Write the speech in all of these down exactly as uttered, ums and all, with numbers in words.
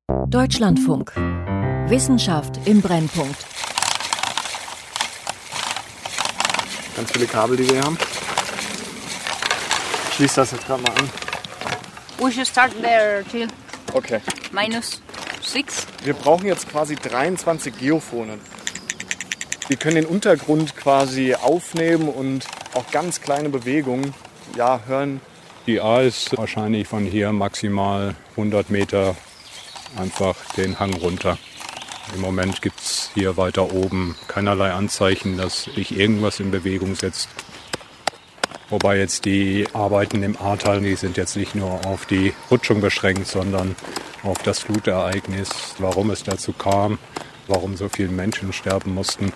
Deutschlandfunk. Wissenschaft im Brennpunkt. Ganz viele Kabel, die wir haben. Schließ das jetzt gerade mal an. We should start there till Okay. minus six. Wir brauchen jetzt quasi dreiundzwanzig Geophone. Die können den Untergrund quasi aufnehmen und auch ganz kleine Bewegungen ja, hören. Die A ist wahrscheinlich von hier maximal hundert Meter einfach den Hang runter. Im Moment gibt es hier weiter oben keinerlei Anzeichen, dass sich irgendwas in Bewegung setzt. Wobei jetzt die Arbeiten im Ahrtal, die sind jetzt nicht nur auf die Rutschung beschränkt, sondern auf das Flutereignis, warum es dazu kam, warum so viele Menschen sterben mussten.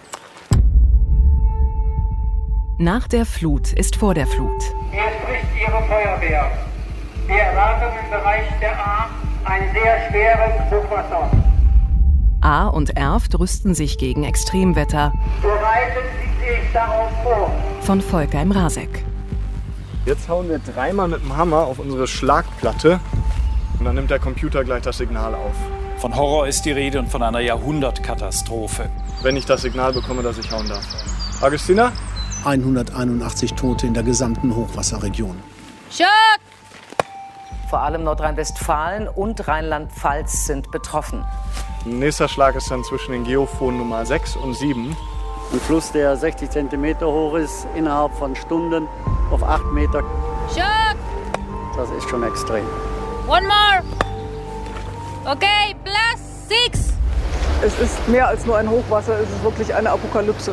Nach der Flut ist vor der Flut. Hier spricht Ihre Feuerwehr. Wir erwarten im Bereich der A ein sehr schweres Hochwasser. Ahr und Erft rüsten sich gegen Extremwetter. Bereiten Sie sich darauf vor. Von Volker im Rasek. Jetzt hauen wir dreimal mit dem Hammer auf unsere Schlagplatte und dann nimmt der Computer gleich das Signal auf. Von Horror ist die Rede und von einer Jahrhundertkatastrophe. Wenn ich das Signal bekomme, dass ich hauen darf. Augustina? hunderteinundachtzig Tote in der gesamten Hochwasserregion. Schock! Vor allem Nordrhein-Westfalen und Rheinland-Pfalz sind betroffen. Nächster Schlag ist dann zwischen den Geophonen Nummer sechs und sieben. Ein Fluss, der sechzig Zentimeter hoch ist, innerhalb von Stunden auf acht Meter. Schock! Das ist schon extrem. One more! Okay, plus six! Es ist mehr als nur ein Hochwasser, es ist wirklich eine Apokalypse.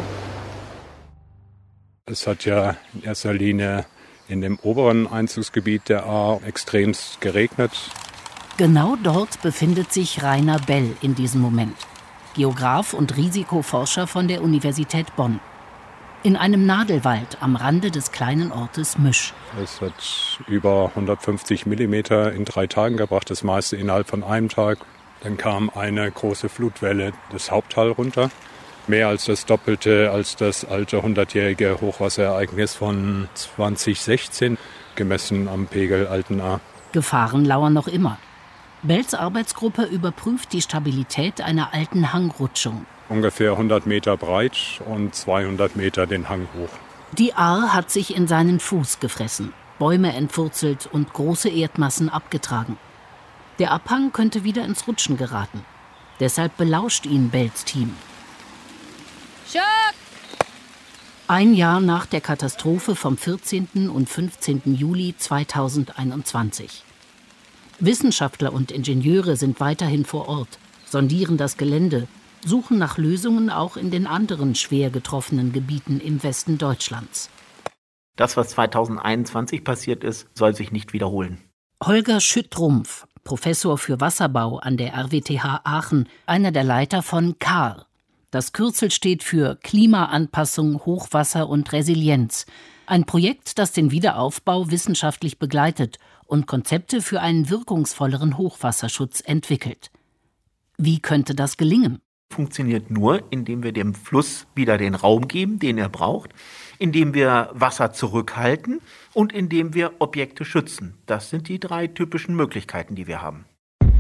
Es hat ja in erster Linie in dem oberen Einzugsgebiet der Ahr extremst geregnet. Genau dort befindet sich Rainer Bell in diesem Moment, Geograf und Risikoforscher von der Universität Bonn. In einem Nadelwald am Rande des kleinen Ortes Misch. Es hat über hundertfünfzig Millimeter in drei Tagen gebracht, das meiste innerhalb von einem Tag. Dann kam eine große Flutwelle das Haupttal runter. Mehr als das Doppelte als das alte hundertjährige Hochwasserereignis von zweitausendsechzehn, gemessen am Pegel Alten Ahr. Gefahren lauern noch immer. Bells Arbeitsgruppe überprüft die Stabilität einer alten Hangrutschung. Ungefähr hundert Meter breit und zweihundert Meter den Hang hoch. Die Ahr hat sich in seinen Fuß gefressen, Bäume entwurzelt und große Erdmassen abgetragen. Der Abhang könnte wieder ins Rutschen geraten. Deshalb belauscht ihn Bells Team. Schock! Ein Jahr nach der Katastrophe vom vierzehnten und fünfzehnten Juli zweitausendeinundzwanzig. Wissenschaftler und Ingenieure sind weiterhin vor Ort, sondieren das Gelände, suchen nach Lösungen auch in den anderen schwer getroffenen Gebieten im Westen Deutschlands. Das, was zweitausendeinundzwanzig passiert ist, soll sich nicht wiederholen. Holger Schüttrumpf, Professor für Wasserbau an der R W T H Aachen, einer der Leiter von C A R. Das Kürzel steht für Klimaanpassung, Hochwasser und Resilienz. Ein Projekt, das den Wiederaufbau wissenschaftlich begleitet und Konzepte für einen wirkungsvolleren Hochwasserschutz entwickelt. Wie könnte das gelingen? Funktioniert nur, indem wir dem Fluss wieder den Raum geben, den er braucht, indem wir Wasser zurückhalten und indem wir Objekte schützen. Das sind die drei typischen Möglichkeiten, die wir haben.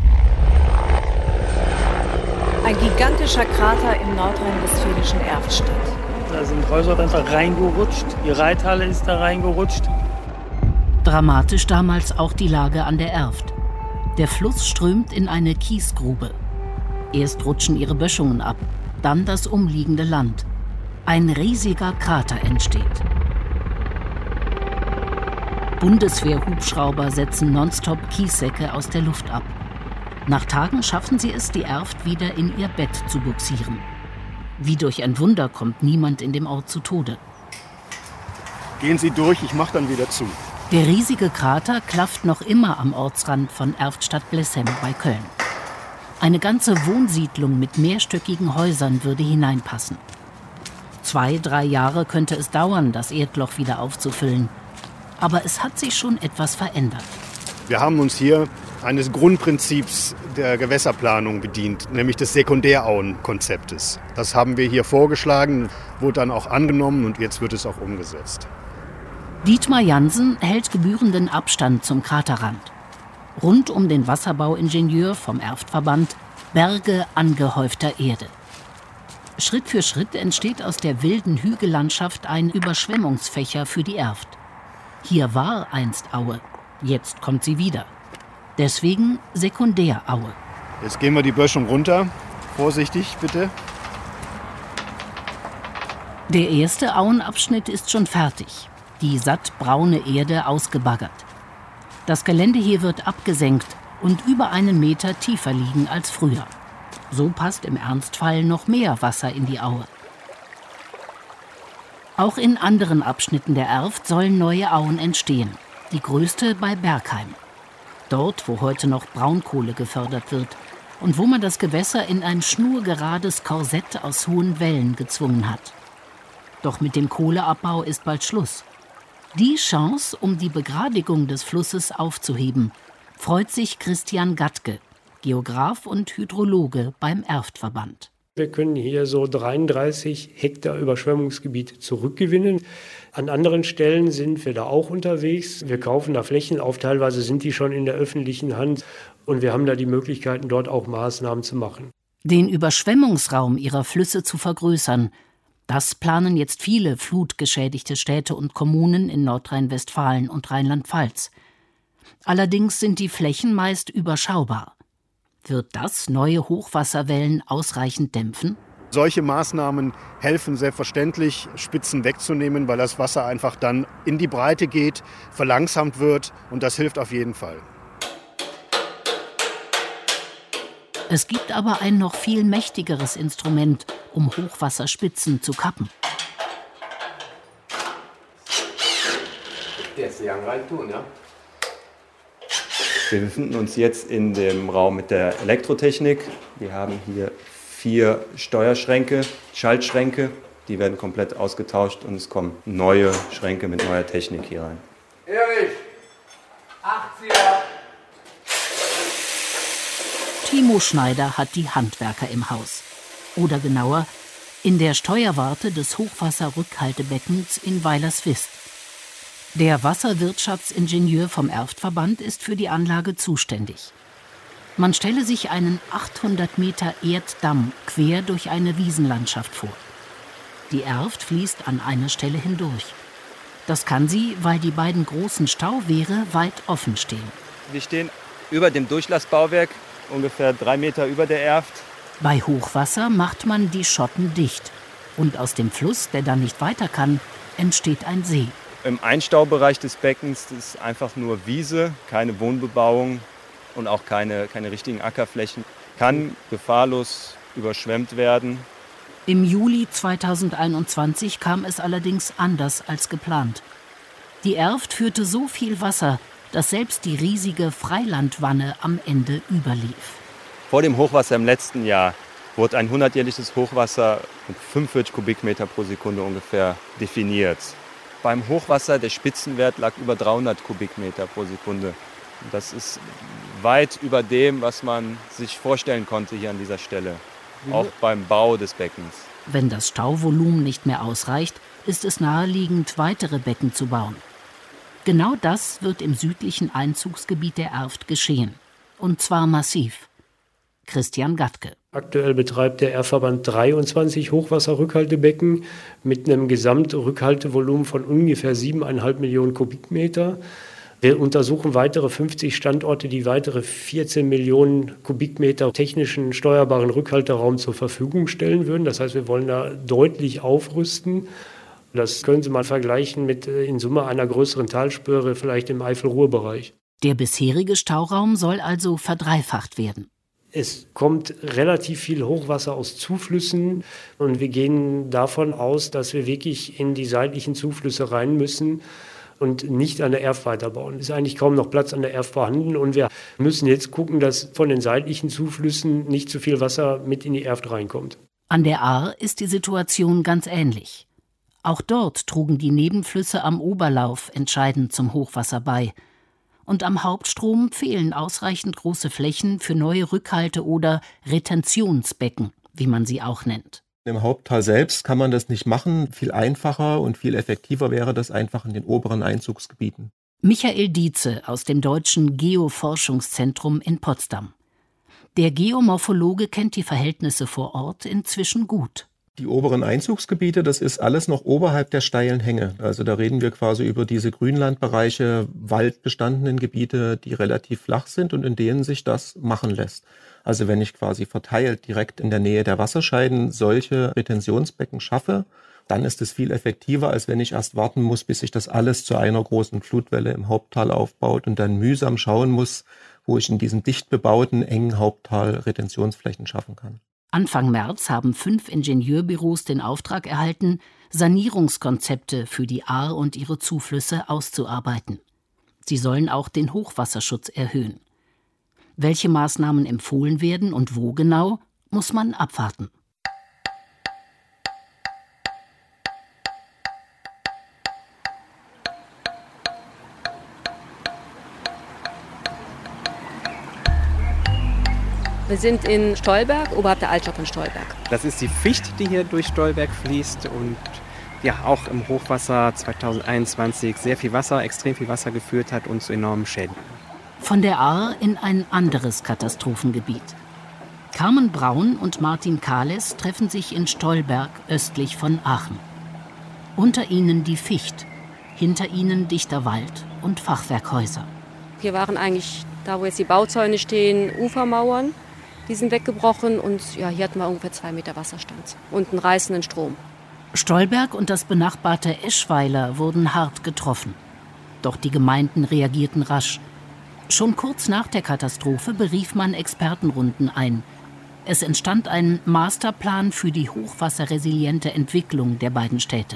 Ein gigantischer Krater im nordrhein-westfälischen Erftstadt. Da sind Häuser einfach reingerutscht, die Reithalle ist da reingerutscht. Dramatisch damals auch die Lage an der Erft. Der Fluss strömt in eine Kiesgrube. Erst rutschen ihre Böschungen ab, dann das umliegende Land. Ein riesiger Krater entsteht. Bundeswehr-Hubschrauber setzen nonstop Kiessäcke aus der Luft ab. Nach Tagen schaffen sie es, die Erft wieder in ihr Bett zu bugsieren. Wie durch ein Wunder kommt niemand in dem Ort zu Tode. Gehen Sie durch, ich mach dann wieder zu. Der riesige Krater klafft noch immer am Ortsrand von Erftstadt-Blessem bei Köln. Eine ganze Wohnsiedlung mit mehrstöckigen Häusern würde hineinpassen. Zwei, drei Jahre könnte es dauern, das Erdloch wieder aufzufüllen. Aber es hat sich schon etwas verändert. Wir haben uns hier eines Grundprinzips der Gewässerplanung bedient, nämlich des Sekundärauenkonzeptes. Das haben wir hier vorgeschlagen, wurde dann auch angenommen und jetzt wird es auch umgesetzt. Dietmar Jansen hält gebührenden Abstand zum Kraterrand. Rund um den Wasserbauingenieur vom Erftverband Berge angehäufter Erde. Schritt für Schritt entsteht aus der wilden Hügellandschaft ein Überschwemmungsfächer für die Erft. Hier war einst Aue, jetzt kommt sie wieder. Deswegen Sekundäraue. Jetzt gehen wir die Böschung runter. Vorsichtig, bitte. Der erste Auenabschnitt ist schon fertig. Die sattbraune Erde ausgebaggert. Das Gelände hier wird abgesenkt und über einen Meter tiefer liegen als früher. So passt im Ernstfall noch mehr Wasser in die Aue. Auch in anderen Abschnitten der Erft sollen neue Auen entstehen. Die größte bei Bergheim. Dort, wo heute noch Braunkohle gefördert wird und wo man das Gewässer in ein schnurgerades Korsett aus hohen Wellen gezwungen hat. Doch mit dem Kohleabbau ist bald Schluss. Die Chance, um die Begradigung des Flusses aufzuheben, freut sich Christian Gattke, Geograf und Hydrologe beim Erftverband. Wir können hier so dreiunddreißig Hektar Überschwemmungsgebiete zurückgewinnen. An anderen Stellen sind wir da auch unterwegs. Wir kaufen da Flächen auf, teilweise sind die schon in der öffentlichen Hand und wir haben da die Möglichkeiten, dort auch Maßnahmen zu machen. Den Überschwemmungsraum ihrer Flüsse zu vergrößern, das planen jetzt viele flutgeschädigte Städte und Kommunen in Nordrhein-Westfalen und Rheinland-Pfalz. Allerdings sind die Flächen meist überschaubar. Wird das neue Hochwasserwellen ausreichend dämpfen? Solche Maßnahmen helfen selbstverständlich, Spitzen wegzunehmen, weil das Wasser einfach dann in die Breite geht, verlangsamt wird und das hilft auf jeden Fall. Es gibt aber ein noch viel mächtigeres Instrument, um Hochwasserspitzen zu kappen. Jetzt die Gang rein tun, ja? Wir befinden uns jetzt in dem Raum mit der Elektrotechnik. Wir haben hier vier Steuerschränke, Schaltschränke. Die werden komplett ausgetauscht und es kommen neue Schränke mit neuer Technik hier rein. Erich, achtzieher. Timo Schneider hat die Handwerker im Haus. Oder genauer, in der Steuerwarte des Hochwasserrückhaltebeckens in Weilerswist. Der Wasserwirtschaftsingenieur vom Erftverband ist für die Anlage zuständig. Man stelle sich einen achthundert Meter Erddamm quer durch eine Wiesenlandschaft vor. Die Erft fließt an einer Stelle hindurch. Das kann sie, weil die beiden großen Stauwehre weit offen stehen. Wir stehen über dem Durchlassbauwerk, ungefähr drei Meter über der Erft. Bei Hochwasser macht man die Schotten dicht. Und aus dem Fluss, der dann nicht weiter kann, entsteht ein See. Im Einstaubereich des Beckens ist einfach nur Wiese, keine Wohnbebauung und auch keine, keine richtigen Ackerflächen. Kann gefahrlos überschwemmt werden. Im Juli zweitausendeinundzwanzig kam es allerdings anders als geplant. Die Erft führte so viel Wasser, dass selbst die riesige Freilandwanne am Ende überlief. Vor dem Hochwasser im letzten Jahr wurde ein hundertjährliches Hochwasser mit fünfundvierzig Kubikmeter pro Sekunde ungefähr definiert. Beim Hochwasser, der Spitzenwert lag über dreihundert Kubikmeter pro Sekunde. Das ist weit über dem, was man sich vorstellen konnte hier an dieser Stelle, auch beim Bau des Beckens. Wenn das Stauvolumen nicht mehr ausreicht, ist es naheliegend, weitere Becken zu bauen. Genau das wird im südlichen Einzugsgebiet der Erft geschehen. Und zwar massiv. Christian Gattke. Aktuell betreibt der Erftverband dreiundzwanzig Hochwasserrückhaltebecken mit einem Gesamtrückhaltevolumen von ungefähr siebeneinhalb Millionen Kubikmeter. Wir untersuchen weitere fünfzig Standorte, die weitere vierzehn Millionen Kubikmeter technischen steuerbaren Rückhalteraum zur Verfügung stellen würden. Das heißt, wir wollen da deutlich aufrüsten. Das können Sie mal vergleichen mit in Summe einer größeren Talsperre, vielleicht im Eifel-Ruhr-Bereich. Der bisherige Stauraum soll also verdreifacht werden. Es kommt relativ viel Hochwasser aus Zuflüssen und wir gehen davon aus, dass wir wirklich in die seitlichen Zuflüsse rein müssen und nicht an der Erft weiterbauen. Es ist eigentlich kaum noch Platz an der Erft vorhanden und wir müssen jetzt gucken, dass von den seitlichen Zuflüssen nicht zu viel Wasser mit in die Erft reinkommt. An der Ahr ist die Situation ganz ähnlich. Auch dort trugen die Nebenflüsse am Oberlauf entscheidend zum Hochwasser bei. Und am Hauptstrom fehlen ausreichend große Flächen für neue Rückhalte- oder Retentionsbecken, wie man sie auch nennt. Im Haupttal selbst kann man das nicht machen. Viel einfacher und viel effektiver wäre das einfach in den oberen Einzugsgebieten. Michael Dietze aus dem Deutschen Geoforschungszentrum in Potsdam. Der Geomorphologe kennt die Verhältnisse vor Ort inzwischen gut. Die oberen Einzugsgebiete, das ist alles noch oberhalb der steilen Hänge. Also da reden wir quasi über diese Grünlandbereiche, waldbestandenen Gebiete, die relativ flach sind und in denen sich das machen lässt. Also wenn ich quasi verteilt direkt in der Nähe der Wasserscheiden solche Retentionsbecken schaffe, dann ist es viel effektiver, als wenn ich erst warten muss, bis sich das alles zu einer großen Flutwelle im Haupttal aufbaut und dann mühsam schauen muss, wo ich in diesen dicht bebauten, engen Haupttal Retentionsflächen schaffen kann. Anfang März haben fünf Ingenieurbüros den Auftrag erhalten, Sanierungskonzepte für die Ahr und ihre Zuflüsse auszuarbeiten. Sie sollen auch den Hochwasserschutz erhöhen. Welche Maßnahmen empfohlen werden und wo genau, muss man abwarten. Wir sind in Stolberg, oberhalb der Altstadt von Stolberg. Das ist die Ficht, die hier durch Stolberg fließt und ja auch im Hochwasser zweitausendeinundzwanzig sehr viel Wasser, extrem viel Wasser geführt hat und zu enormen Schäden. Von der Ahr in ein anderes Katastrophengebiet. Carmen Braun und Martin Kahles treffen sich in Stolberg östlich von Aachen. Unter ihnen die Ficht, hinter ihnen dichter Wald und Fachwerkhäuser. Hier waren eigentlich, da wo jetzt die Bauzäune stehen, Ufermauern. Die sind weggebrochen und ja, hier hatten wir ungefähr zwei Meter Wasserstand und einen reißenden Strom. Stolberg und das benachbarte Eschweiler wurden hart getroffen. Doch die Gemeinden reagierten rasch. Schon kurz nach der Katastrophe berief man Expertenrunden ein. Es entstand ein Masterplan für die hochwasserresiliente Entwicklung der beiden Städte.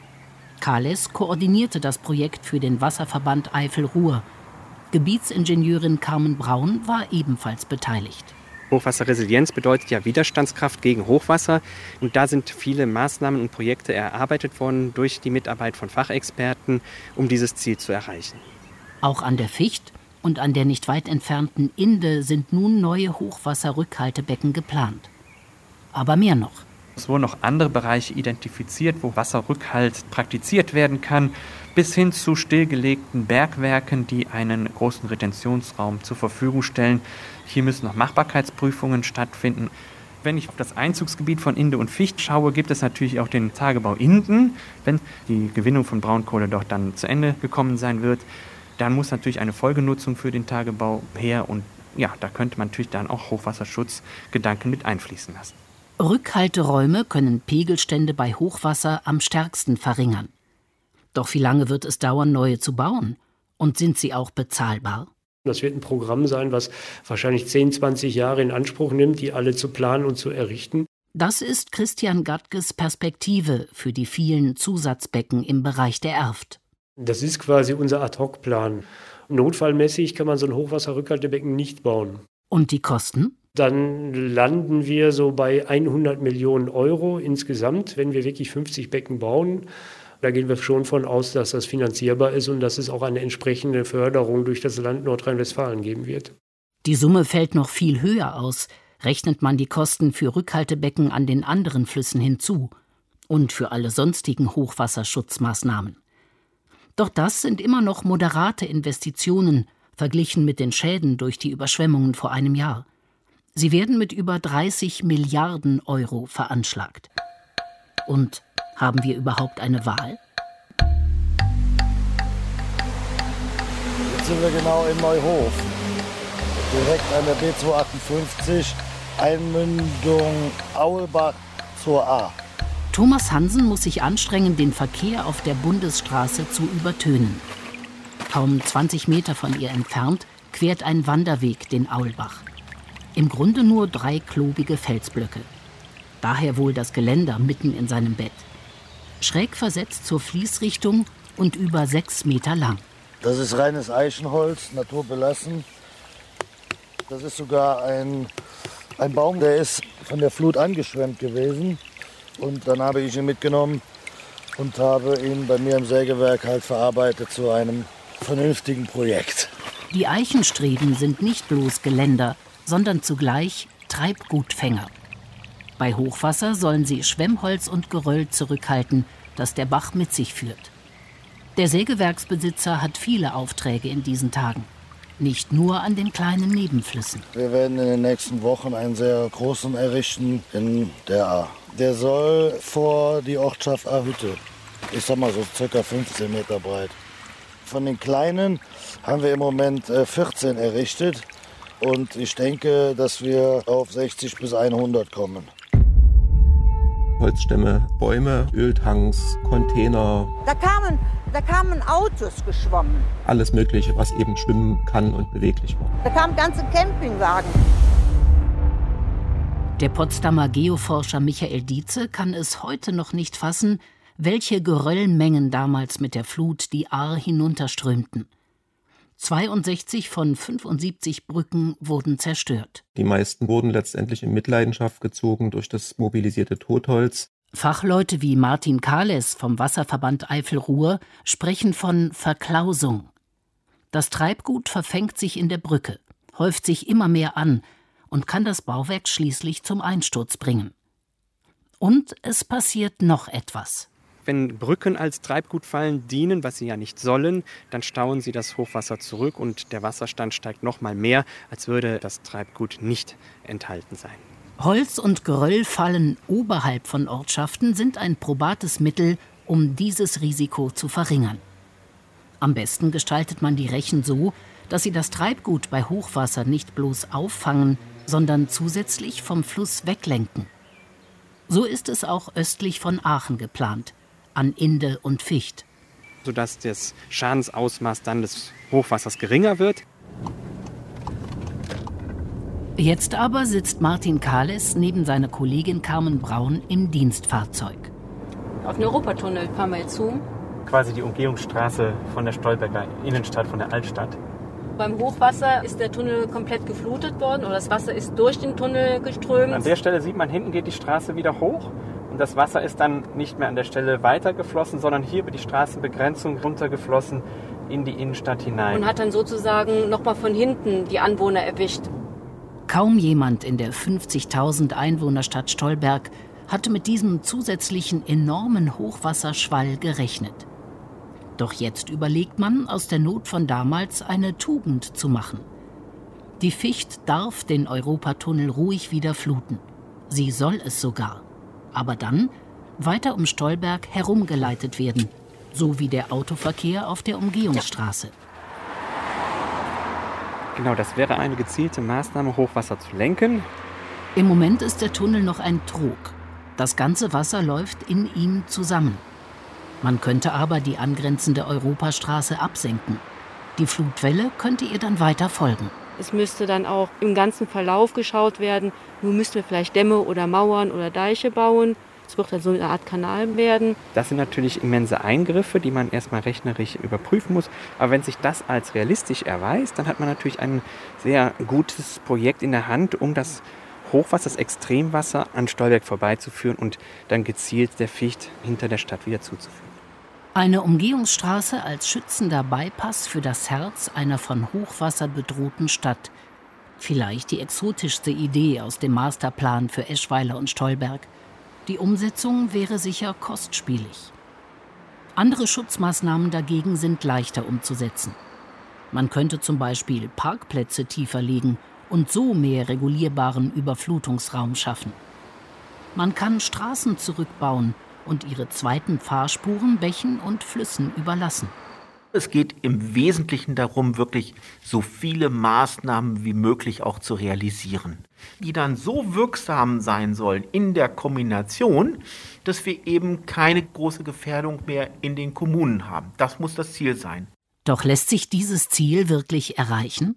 Kahles koordinierte das Projekt für den Wasserverband Eifel-Ruhr. Gebietsingenieurin Carmen Braun war ebenfalls beteiligt. Hochwasserresilienz bedeutet ja Widerstandskraft gegen Hochwasser. Und da sind viele Maßnahmen und Projekte erarbeitet worden durch die Mitarbeit von Fachexperten, um dieses Ziel zu erreichen. Auch an der Ficht und an der nicht weit entfernten Inde sind nun neue Hochwasserrückhaltebecken geplant. Aber mehr noch. Es wurden noch andere Bereiche identifiziert, wo Wasserrückhalt praktiziert werden kann, bis hin zu stillgelegten Bergwerken, die einen großen Retentionsraum zur Verfügung stellen. Hier müssen noch Machbarkeitsprüfungen stattfinden. Wenn ich auf das Einzugsgebiet von Inde und Ficht schaue, gibt es natürlich auch den Tagebau Inden. Wenn die Gewinnung von Braunkohle dort dann zu Ende gekommen sein wird, dann muss natürlich eine Folgenutzung für den Tagebau her. Und ja, da könnte man natürlich dann auch Hochwasserschutzgedanken mit einfließen lassen. Rückhalteräume können Pegelstände bei Hochwasser am stärksten verringern. Doch wie lange wird es dauern, neue zu bauen? Und sind sie auch bezahlbar? Das wird ein Programm sein, was wahrscheinlich zehn, zwanzig Jahre in Anspruch nimmt, die alle zu planen und zu errichten. Das ist Christian Gattges Perspektive für die vielen Zusatzbecken im Bereich der Erft. Das ist quasi unser Ad-hoc-Plan. Notfallmäßig kann man so ein Hochwasserrückhaltebecken nicht bauen. Und die Kosten? Dann landen wir so bei hundert Millionen Euro insgesamt, wenn wir wirklich fünfzig Becken bauen. Da gehen wir schon von aus, dass das finanzierbar ist und dass es auch eine entsprechende Förderung durch das Land Nordrhein-Westfalen geben wird. Die Summe fällt noch viel höher aus, rechnet man die Kosten für Rückhaltebecken an den anderen Flüssen hinzu und für alle sonstigen Hochwasserschutzmaßnahmen. Doch das sind immer noch moderate Investitionen, verglichen mit den Schäden durch die Überschwemmungen vor einem Jahr. Sie werden mit über dreißig Milliarden Euro veranschlagt. Und haben wir überhaupt eine Wahl? Jetzt sind wir genau in Neuhof. Direkt an der B zweihundertachtundfünfzig, Einmündung Aulbach zur A. Thomas Hansen muss sich anstrengen, den Verkehr auf der Bundesstraße zu übertönen. Kaum zwanzig Meter von ihr entfernt quert ein Wanderweg den Aulbach. Im Grunde nur drei klobige Felsblöcke. Daher wohl das Geländer mitten in seinem Bett. Schräg versetzt zur Fließrichtung und über sechs Meter lang. Das ist reines Eichenholz, naturbelassen. Das ist sogar ein, ein Baum, der ist von der Flut angeschwemmt gewesen. Und dann habe ich ihn mitgenommen und habe ihn bei mir im Sägewerk halt verarbeitet zu einem vernünftigen Projekt. Die Eichenstreben sind nicht bloß Geländer, sondern zugleich Treibgutfänger. Bei Hochwasser sollen sie Schwemmholz und Geröll zurückhalten, das der Bach mit sich führt. Der Sägewerksbesitzer hat viele Aufträge in diesen Tagen. Nicht nur an den kleinen Nebenflüssen. Wir werden in den nächsten Wochen einen sehr großen errichten in der Ahr. Der soll vor die Ortschaft Ahrhütte. Ich sag mal so circa fünfzehn Meter breit. Von den kleinen haben wir im Moment vierzehn errichtet. Und ich denke, dass wir auf sechzig bis hundert kommen. Holzstämme, Bäume, Öltanks, Container. Da kamen, da kamen Autos geschwommen. Alles Mögliche, was eben schwimmen kann und beweglich war. Da kamen ganze Campingwagen. Der Potsdamer Geoforscher Michael Dietze kann es heute noch nicht fassen, welche Geröllmengen damals mit der Flut die Ahr hinunterströmten. zweiundsechzig von fünfundsiebzig Brücken wurden zerstört. Die meisten wurden letztendlich in Mitleidenschaft gezogen durch das mobilisierte Totholz. Fachleute wie Martin Kahles vom Wasserverband Eifel-Ruhr sprechen von Verklausung. Das Treibgut verfängt sich in der Brücke, häuft sich immer mehr an und kann das Bauwerk schließlich zum Einsturz bringen. Und es passiert noch etwas. Wenn Brücken als Treibgutfallen dienen, was sie ja nicht sollen, dann stauen sie das Hochwasser zurück und der Wasserstand steigt noch mal mehr, als würde das Treibgut nicht enthalten sein. Holz- und Geröllfallen oberhalb von Ortschaften sind ein probates Mittel, um dieses Risiko zu verringern. Am besten gestaltet man die Rechen so, dass sie das Treibgut bei Hochwasser nicht bloß auffangen, sondern zusätzlich vom Fluss weglenken. So ist es auch östlich von Aachen geplant, an Inde und Vicht. Sodass das Schadensausmaß dann des Hochwassers geringer wird. Jetzt aber sitzt Martin Kahles neben seiner Kollegin Carmen Braun im Dienstfahrzeug. Auf den Europatunnel fahren wir jetzt zu. Quasi die Umgehungsstraße von der Stolberger Innenstadt, von der Altstadt. Beim Hochwasser ist der Tunnel komplett geflutet worden oder das Wasser ist durch den Tunnel geströmt. An der Stelle sieht man, hinten geht die Straße wieder hoch und das Wasser ist dann nicht mehr an der Stelle weitergeflossen, sondern hier über die Straßenbegrenzung runtergeflossen in die Innenstadt hinein. Und hat dann sozusagen nochmal von hinten die Anwohner erwischt. Kaum jemand in der fünfzigtausend Einwohnerstadt Stolberg hatte mit diesem zusätzlichen enormen Hochwasserschwall gerechnet. Doch jetzt überlegt man, aus der Not von damals eine Tugend zu machen. Die Vicht darf den Europatunnel ruhig wieder fluten. Sie soll es sogar. Aber dann weiter um Stolberg herumgeleitet werden, so wie der Autoverkehr auf der Umgehungsstraße. Genau, das wäre eine gezielte Maßnahme, Hochwasser zu lenken. Im Moment ist der Tunnel noch ein Trog. Das ganze Wasser läuft in ihm zusammen. Man könnte aber die angrenzende Europastraße absenken. Die Flutwelle könnte ihr dann weiter folgen. Es müsste dann auch im ganzen Verlauf geschaut werden, nun müssten wir vielleicht Dämme oder Mauern oder Deiche bauen. Es wird dann so eine Art Kanal werden. Das sind natürlich immense Eingriffe, die man erstmal rechnerisch überprüfen muss. Aber wenn sich das als realistisch erweist, dann hat man natürlich ein sehr gutes Projekt in der Hand, um das Hochwasser, das Extremwasser an Stolberg vorbeizuführen und dann gezielt der Vicht hinter der Stadt wieder zuzuführen. Eine Umgehungsstraße als schützender Bypass für das Herz einer von Hochwasser bedrohten Stadt. Vielleicht die exotischste Idee aus dem Masterplan für Eschweiler und Stolberg. Die Umsetzung wäre sicher kostspielig. Andere Schutzmaßnahmen dagegen sind leichter umzusetzen. Man könnte zum Beispiel Parkplätze tiefer legen und so mehr regulierbaren Überflutungsraum schaffen. Man kann Straßen zurückbauen und ihre zweiten Fahrspuren Bächen und Flüssen überlassen. Es geht im Wesentlichen darum, wirklich so viele Maßnahmen wie möglich auch zu realisieren, die dann so wirksam sein sollen in der Kombination, dass wir eben keine große Gefährdung mehr in den Kommunen haben. Das muss das Ziel sein. Doch lässt sich dieses Ziel wirklich erreichen?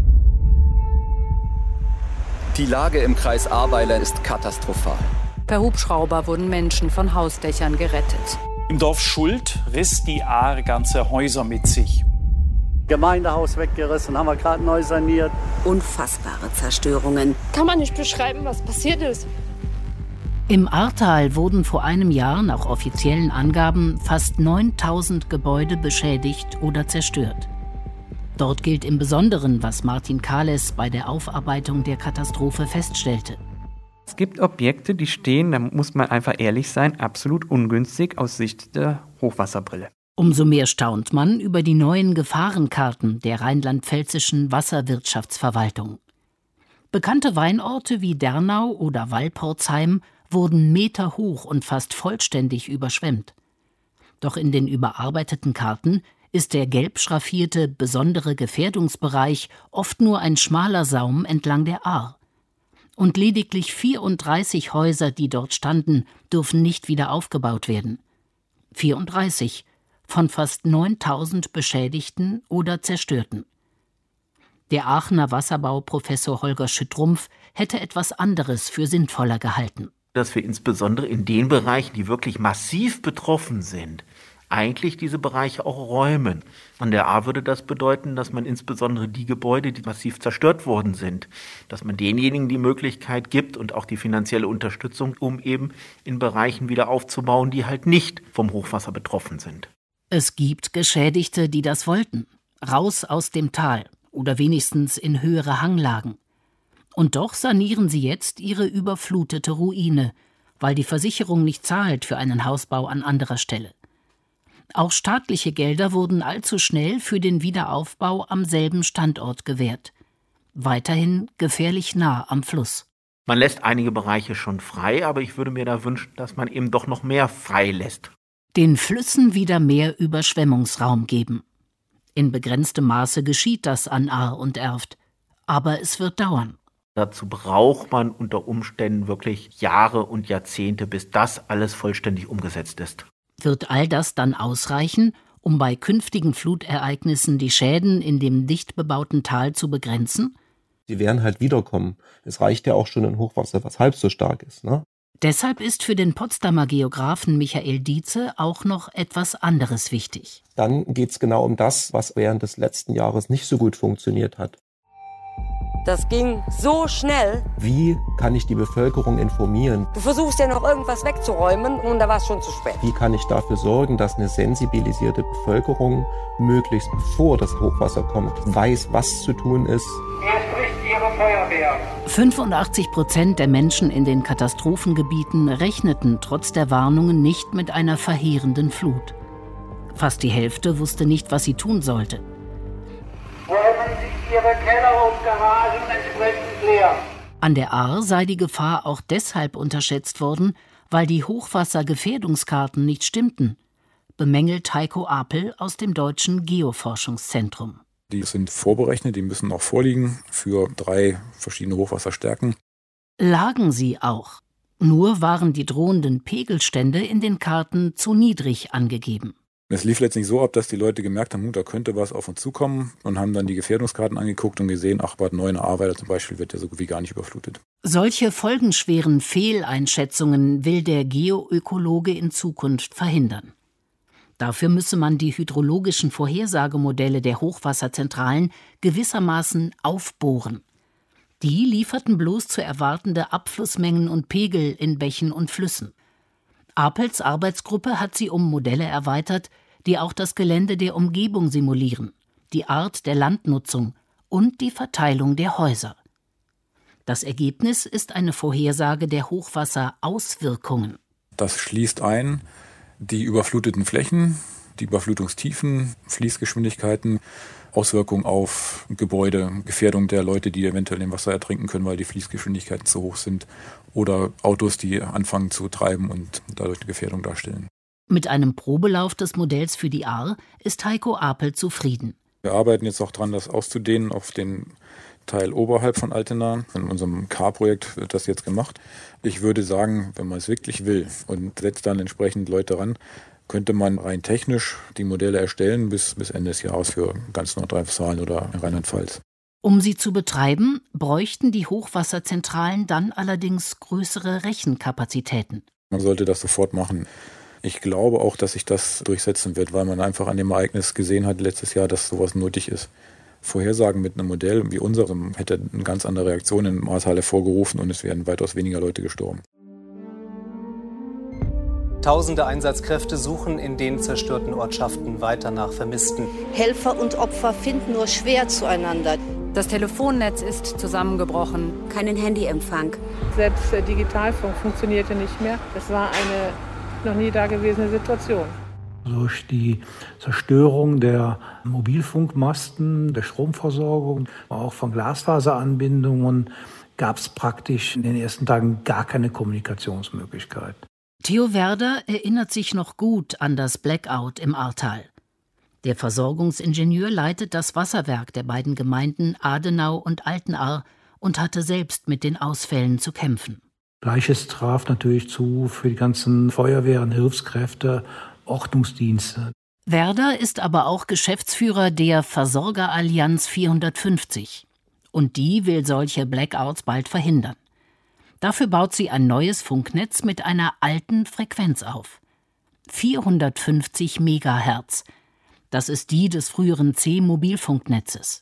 Die Lage im Kreis Ahrweiler ist katastrophal. Per Hubschrauber wurden Menschen von Hausdächern gerettet. Im Dorf Schuld riss die Ahr ganze Häuser mit sich. Gemeindehaus weggerissen, haben wir gerade neu saniert. Unfassbare Zerstörungen. Kann man nicht beschreiben, was passiert ist. Im Ahrtal wurden vor einem Jahr nach offiziellen Angaben fast neuntausend Gebäude beschädigt oder zerstört. Dort gilt im Besonderen, was Martin Kahles bei der Aufarbeitung der Katastrophe feststellte. Es gibt Objekte, die stehen, da muss man einfach ehrlich sein, absolut ungünstig aus Sicht der Hochwasserbrille. Umso mehr staunt man über die neuen Gefahrenkarten der rheinland-pfälzischen Wasserwirtschaftsverwaltung. Bekannte Weinorte wie Dernau oder Walporzheim wurden meterhoch und fast vollständig überschwemmt. Doch in den überarbeiteten Karten ist der gelb schraffierte besondere Gefährdungsbereich oft nur ein schmaler Saum entlang der Ahr. Und lediglich vierunddreißig Häuser, die dort standen, dürfen nicht wieder aufgebaut werden. vierunddreißig von fast neuntausend Beschädigten oder Zerstörten. Der Aachener Wasserbauprofessor Holger Schüttrumpf hätte etwas anderes für sinnvoller gehalten. Dass wir insbesondere in den Bereichen, die wirklich massiv betroffen sind, eigentlich diese Bereiche auch räumen. An der Ahr würde das bedeuten, dass man insbesondere die Gebäude, die massiv zerstört worden sind, dass man denjenigen die Möglichkeit gibt und auch die finanzielle Unterstützung, um eben in Bereichen wieder aufzubauen, die halt nicht vom Hochwasser betroffen sind. Es gibt Geschädigte, die das wollten. Raus aus dem Tal oder wenigstens in höhere Hanglagen. Und doch sanieren sie jetzt ihre überflutete Ruine, weil die Versicherung nicht zahlt für einen Hausbau an anderer Stelle. Auch staatliche Gelder wurden allzu schnell für den Wiederaufbau am selben Standort gewährt. Weiterhin gefährlich nah am Fluss. Man lässt einige Bereiche schon frei, aber ich würde mir da wünschen, dass man eben doch noch mehr frei lässt. Den Flüssen wieder mehr Überschwemmungsraum geben. In begrenztem Maße geschieht das an Ahr und Erft. Aber es wird dauern. Dazu braucht man unter Umständen wirklich Jahre und Jahrzehnte, bis das alles vollständig umgesetzt ist. Wird all das dann ausreichen, um bei künftigen Flutereignissen die Schäden in dem dicht bebauten Tal zu begrenzen? Sie werden halt wiederkommen. Es reicht ja auch schon ein Hochwasser, was halb so stark ist, ne? Deshalb ist für den Potsdamer Geografen Michael Dietze auch noch etwas anderes wichtig. Dann geht es genau um das, was während des letzten Jahres nicht so gut funktioniert hat. Das ging so schnell. Wie kann ich die Bevölkerung informieren? Du versuchst ja noch irgendwas wegzuräumen und da war es schon zu spät. Wie kann ich dafür sorgen, dass eine sensibilisierte Bevölkerung möglichst bevor das Hochwasser kommt, weiß, was zu tun ist? Hier spricht Ihre Feuerwehr. fünfundachtzig Prozent der Menschen in den Katastrophengebieten rechneten trotz der Warnungen nicht mit einer verheerenden Flut. Fast die Hälfte wusste nicht, was sie tun sollte. Räumen Sie Ihre Keller und Garagen entsprechend leer. An der Ahr sei die Gefahr auch deshalb unterschätzt worden, weil die Hochwassergefährdungskarten nicht stimmten, bemängelt Heiko Apel aus dem Deutschen Geoforschungszentrum. Die sind vorberechnet, die müssen auch vorliegen für drei verschiedene Hochwasserstärken. Lagen sie auch. Nur waren die drohenden Pegelstände in den Karten zu niedrig angegeben. Es lief letztlich so ab, dass die Leute gemerkt haben, da könnte was auf uns zukommen und haben dann die Gefährdungskarten angeguckt und gesehen, ach, Bad Neuenahr zum Beispiel wird ja so gut wie gar nicht überflutet. Solche folgenschweren Fehleinschätzungen will der Geoökologe in Zukunft verhindern. Dafür müsse man die hydrologischen Vorhersagemodelle der Hochwasserzentralen gewissermaßen aufbohren. Die lieferten bloß zu erwartende Abflussmengen und Pegel in Bächen und Flüssen. Apels Arbeitsgruppe hat sie um Modelle erweitert, die auch das Gelände der Umgebung simulieren, die Art der Landnutzung und die Verteilung der Häuser. Das Ergebnis ist eine Vorhersage der Hochwasserauswirkungen. Das schließt ein die überfluteten Flächen, die Überflutungstiefen, Fließgeschwindigkeiten, Auswirkungen auf Gebäude, Gefährdung der Leute, die eventuell im Wasser ertrinken können, weil die Fließgeschwindigkeiten zu hoch sind, oder Autos, die anfangen zu treiben und dadurch eine Gefährdung darstellen. Mit einem Probelauf des Modells für die Ahr ist Heiko Apel zufrieden. Wir arbeiten jetzt auch dran, das auszudehnen auf den Teil oberhalb von Altena. In unserem K-Projekt wird das jetzt gemacht. Ich würde sagen, wenn man es wirklich will und setzt dann entsprechend Leute ran, könnte man rein technisch die Modelle erstellen bis, bis Ende des Jahres für ganz Nordrhein-Westfalen oder Rheinland-Pfalz. Um sie zu betreiben, bräuchten die Hochwasserzentralen dann allerdings größere Rechenkapazitäten. Man sollte das sofort machen. Ich glaube auch, dass sich das durchsetzen wird, weil man einfach an dem Ereignis gesehen hat letztes Jahr, dass sowas nötig ist. Vorhersagen mit einem Modell wie unserem hätte eine ganz andere Reaktion im Ahrtal hervorgerufen und es wären weitaus weniger Leute gestorben. Tausende Einsatzkräfte suchen in den zerstörten Ortschaften weiter nach Vermissten. Helfer und Opfer finden nur schwer zueinander. Das Telefonnetz ist zusammengebrochen. Keinen Handyempfang. Selbst der Digitalfunk funktionierte nicht mehr. Es war eine noch nie dagewesene Situation. Durch die Zerstörung der Mobilfunkmasten, der Stromversorgung, auch von Glasfaseranbindungen gab es praktisch in den ersten Tagen gar keine Kommunikationsmöglichkeit. Theo Werder erinnert sich noch gut an das Blackout im Ahrtal. Der Versorgungsingenieur leitet das Wasserwerk der beiden Gemeinden Adenau und Altenahr und hatte selbst mit den Ausfällen zu kämpfen. Gleiches traf natürlich zu für die ganzen Feuerwehren, Hilfskräfte, Ordnungsdienste. Werder ist aber auch Geschäftsführer der Versorgerallianz vierhundertfünfzig. Und die will solche Blackouts bald verhindern. Dafür baut sie ein neues Funknetz mit einer alten Frequenz auf. vierhundertfünfzig Megahertz. Das ist die des früheren C-Mobilfunknetzes.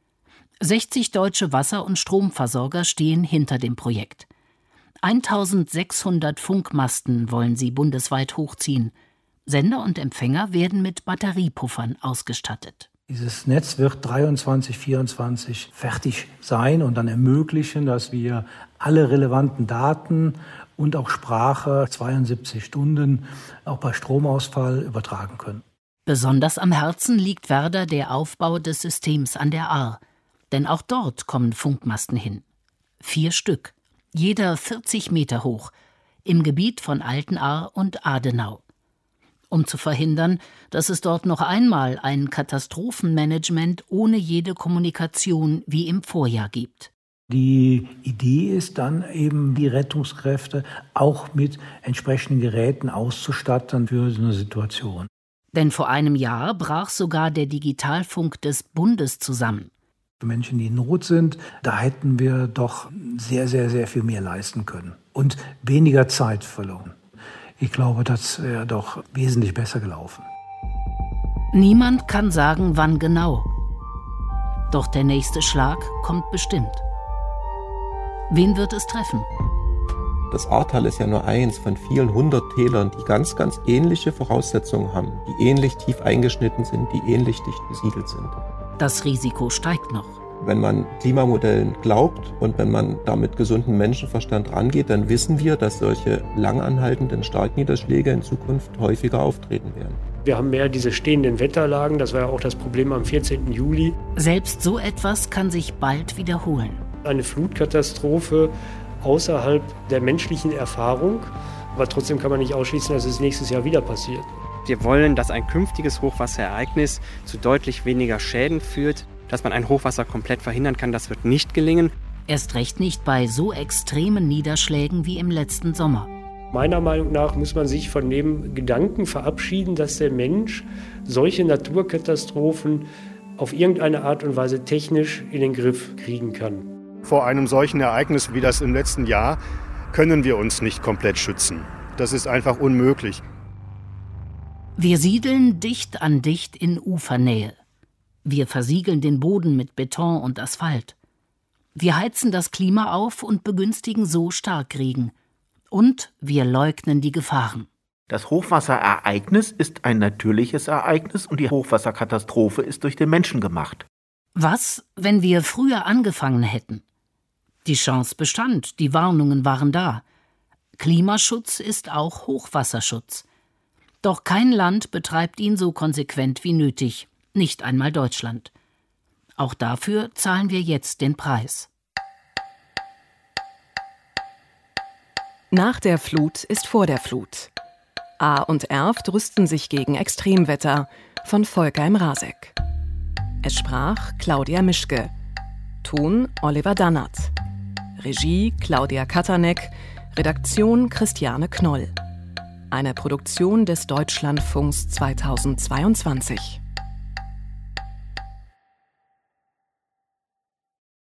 sechzig deutsche Wasser- und Stromversorger stehen hinter dem Projekt. eintausendsechshundert Funkmasten wollen sie bundesweit hochziehen. Sender und Empfänger werden mit Batteriepuffern ausgestattet. Dieses Netz wird dreiundzwanzig, vierundzwanzig fertig sein und dann ermöglichen, dass wir alle relevanten Daten und auch Sprache zweiundsiebzig Stunden auch bei Stromausfall übertragen können. Besonders am Herzen liegt Werder der Aufbau des Systems an der Ahr. Denn auch dort kommen Funkmasten hin. Vier Stück, jeder vierzig Meter hoch, im Gebiet von Altenahr und Adenau. Um zu verhindern, dass es dort noch einmal ein Katastrophenmanagement ohne jede Kommunikation wie im Vorjahr gibt. Die Idee ist dann eben, die Rettungskräfte auch mit entsprechenden Geräten auszustatten für so eine Situation. Denn vor einem Jahr brach sogar der Digitalfunk des Bundes zusammen. Für Menschen, die in Not sind, da hätten wir doch sehr, sehr, sehr viel mehr leisten können und weniger Zeit verloren. Ich glaube, das wäre doch wesentlich besser gelaufen. Niemand kann sagen, wann genau. Doch der nächste Schlag kommt bestimmt. Wen wird es treffen? Das Ahrtal ist ja nur eins von vielen hundert Tälern, die ganz, ganz ähnliche Voraussetzungen haben, die ähnlich tief eingeschnitten sind, die ähnlich dicht besiedelt sind. Das Risiko steigt noch. Wenn man Klimamodellen glaubt und wenn man da mit gesundem Menschenverstand rangeht, dann wissen wir, dass solche langanhaltenden Starkniederschläge in Zukunft häufiger auftreten werden. Wir haben mehr diese stehenden Wetterlagen, das war ja auch das Problem am vierzehnten Juli. Selbst so etwas kann sich bald wiederholen. Eine Flutkatastrophe außerhalb der menschlichen Erfahrung, aber trotzdem kann man nicht ausschließen, dass es nächstes Jahr wieder passiert. Wir wollen, dass ein künftiges Hochwasserereignis zu deutlich weniger Schäden führt. Dass man ein Hochwasser komplett verhindern kann, das wird nicht gelingen. Erst recht nicht bei so extremen Niederschlägen wie im letzten Sommer. Meiner Meinung nach muss man sich von dem Gedanken verabschieden, dass der Mensch solche Naturkatastrophen auf irgendeine Art und Weise technisch in den Griff kriegen kann. Vor einem solchen Ereignis wie das im letzten Jahr können wir uns nicht komplett schützen. Das ist einfach unmöglich. Wir siedeln dicht an dicht in Ufernähe. Wir versiegeln den Boden mit Beton und Asphalt. Wir heizen das Klima auf und begünstigen so Starkregen. Und wir leugnen die Gefahren. Das Hochwasserereignis ist ein natürliches Ereignis und die Hochwasserkatastrophe ist durch den Menschen gemacht. Was, wenn wir früher angefangen hätten? Die Chance bestand, die Warnungen waren da. Klimaschutz ist auch Hochwasserschutz. Doch kein Land betreibt ihn so konsequent wie nötig. Nicht einmal Deutschland. Auch dafür zahlen wir jetzt den Preis. Nach der Flut ist vor der Flut. Ahr und Erft rüsten sich gegen Extremwetter von Volker Mrazek. Es sprach Claudia Mischke. Ton Oliver Dannert. Regie Claudia Katanek. Redaktion Christiane Knoll. Eine Produktion des Deutschlandfunks zweitausendzweiundzwanzig.